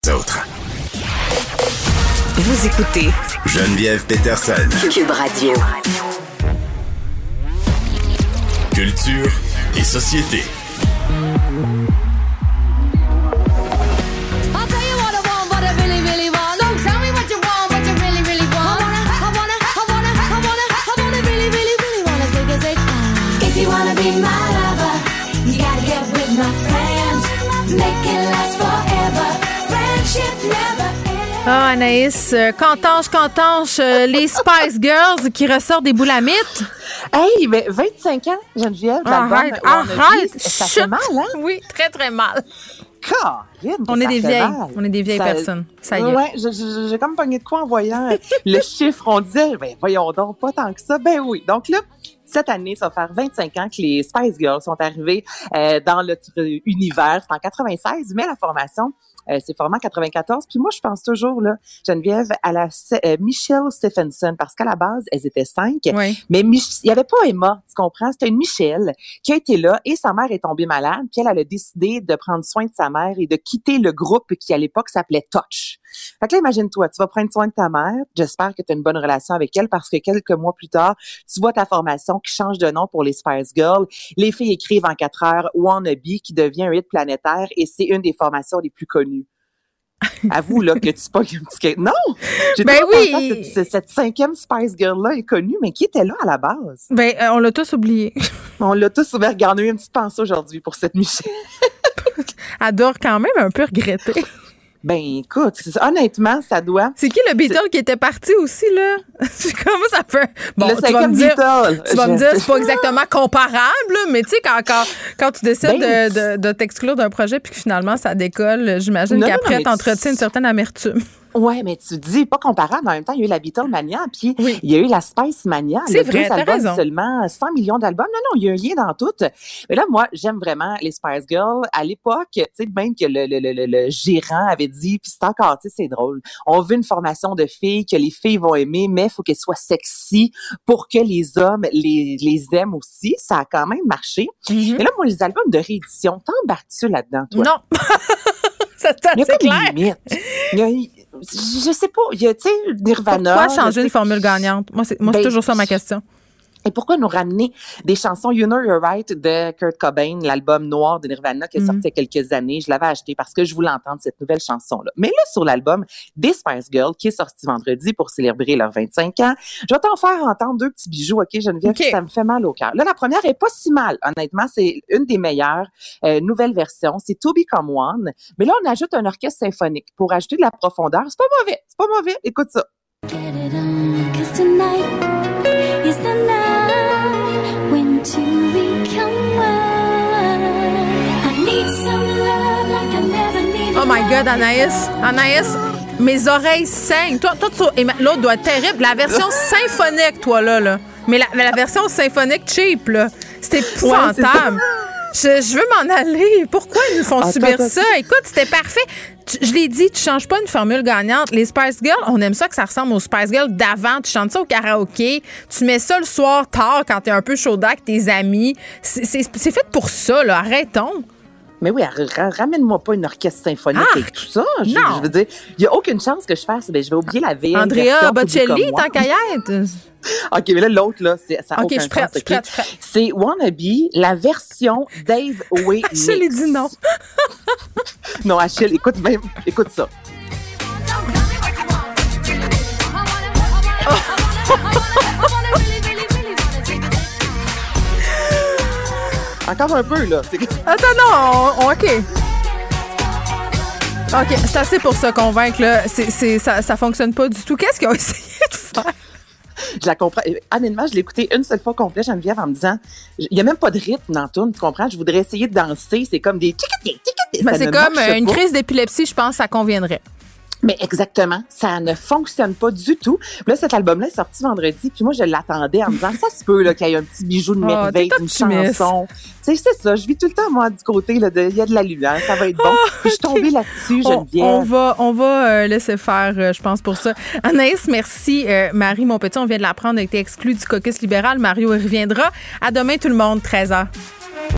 Autres. Vous écoutez Geneviève Peterson. Cube Radio. Culture et société. Ah, Anaïs, cantanche, les Spice Girls qui ressortent des boules-à-mythes. Hey, mais 25 ans, Geneviève, Arrête, ça fait mal, hein? Oui, très, très mal. Caroline, On est des vieilles personnes. Ça y est. Ouais, j'ai comme pogné de quoi en voyant le chiffre. On disait, ben voyons donc, pas tant que ça. Ben oui. Donc là, cette année, ça va faire 25 ans que les Spice Girls sont arrivées dans notre univers. C'est en 96, mais la formation, c'est formé en 94. Puis moi, je pense toujours, là, Geneviève, à la Michelle Stephenson, parce qu'à la base, elles étaient 5. Oui. Mais il n'y avait pas Emma, tu comprends? C'était une Michelle qui a été là et sa mère est tombée malade. Puis elle a décidé de prendre soin de sa mère et de quitter le groupe qui, à l'époque, s'appelait Touch. Fait que là, imagine-toi, tu vas prendre soin de ta mère. J'espère que tu as une bonne relation avec elle parce que quelques mois plus tard, tu vois ta formation qui change de nom pour les Spice Girls. Les filles écrivent en 4 heures Wannabe qui devient un hit planétaire et c'est une des formations les plus connues. Avoue, là, que tu pognes un petit... Non! J'ai oui! Cette 5e Spice Girl-là est connue, mais qui était là à la base? On l'a tous oublié. On l'a tous ouvert. Regardez, une petite pensée aujourd'hui pour cette Michelle. Elle doit quand même un peu regretter. Ben, écoute, honnêtement, ça doit... C'est qui le Beatle qui était parti aussi, là? Comment ça fait? Bon, le 5e Beatle. Tu vas me dire, c'est pas exactement comparable, mais tu sais, quand tu décides de t'exclure d'un projet puis que finalement ça décolle, j'imagine qu'après, t'entretiens une certaine amertume. Ouais, mais tu dis pas comparable. En même temps, il y a eu la Beatlemania, puis il y a eu la Spice Mania. C'est vrai, t'as raison. Seulement 100 millions d'albums. Non, il y a un lien dans tout. Mais là, moi, j'aime vraiment les Spice Girls. À l'époque, tu sais, même que le gérant avait dit, puis c'est encore, tu sais, c'est drôle. On veut une formation de filles que les filles vont aimer, mais il faut qu'elles soient sexy pour que les hommes les aiment aussi. Ça a quand même marché. Mm-hmm. Et là, moi, les albums de réédition, t'embarques-tu là-dedans, toi? Non. C'est clair. Je sais pas, il y a, tu sais, Nirvana. Pourquoi changer une formule gagnante? Moi, c'est toujours ça ma question. Et pourquoi nous ramener des chansons You Know You're Right de Kurt Cobain, l'album noir de Nirvana qui est sorti il y a quelques années. Je l'avais acheté parce que je voulais entendre cette nouvelle chanson-là. Mais là, sur l'album des Spice Girls qui est sorti vendredi pour célébrer leurs 25 ans, je vais t'en faire entendre 2 petits bijoux, OK, Geneviève? Okay. Ça me fait mal au cœur. Là, la première est pas si mal. Honnêtement, c'est une des meilleures nouvelles versions. C'est To Become One. Mais là, on ajoute un orchestre symphonique pour ajouter de la profondeur. C'est pas mauvais. Écoute ça. Get it on, 'cause tonight is the night when to become one. I need some love like I never needed. Oh my God, Anaïs, mes oreilles saignent. Toi, l'autre doit être terrible. La version symphonique, toi, là. Mais la version symphonique cheap, là, c'est épouvantable. Je veux m'en aller. Pourquoi ils nous font subir ça? Écoute, c'était parfait. Je l'ai dit, tu changes pas une formule gagnante. Les Spice Girls, on aime ça que ça ressemble aux Spice Girls d'avant. Tu chantes ça au karaoké. Tu mets ça le soir tard quand t'es un peu chauda avec tes amis. C'est fait pour ça, là. Arrêtons. Mais oui, ramène-moi pas une orchestre symphonique avec tout ça. Non. Je veux dire, il y a aucune chance que je fasse. Ben, je vais oublier la vieille Andrea Bocelli, tant qu'à y être. OK, mais là, l'autre, là, ça a aucun je suis prête, sens. Okay? Je suis prête. C'est Wannabe, la version Dave Way Mix. Achille, dit non. Non, Achille, écoute ça. Encore un peu, là. Attends, non, OK. OK, c'est assez pour se convaincre, là. Ça fonctionne pas du tout. Qu'est-ce qu'ils ont essayé de faire? Je la comprends. Honnêtement, je l'ai écouté une seule fois complet, Geneviève, en me disant, il n'y a même pas de rythme dans la tourne, tu comprends? Je voudrais essayer de danser. C'est comme des c'est comme une crise d'épilepsie, je pense, ça conviendrait. Mais exactement, ça ne fonctionne pas du tout. Puis là, cet album-là est sorti vendredi, puis moi, je l'attendais en me disant, ça se peut là, qu'il y ait un petit bijou de merveille, une chanson. Tu sais, c'est ça, je vis tout le temps, moi, du côté, il y a de la lumière, ça va être bon. Puis je suis tombée là-dessus, Geneviève. On va laisser faire, je pense, pour ça. Anaïs, merci. Marie, mon petit, on vient de l'apprendre, a été exclu du caucus libéral. Mario, il reviendra. À demain, tout le monde, 13h.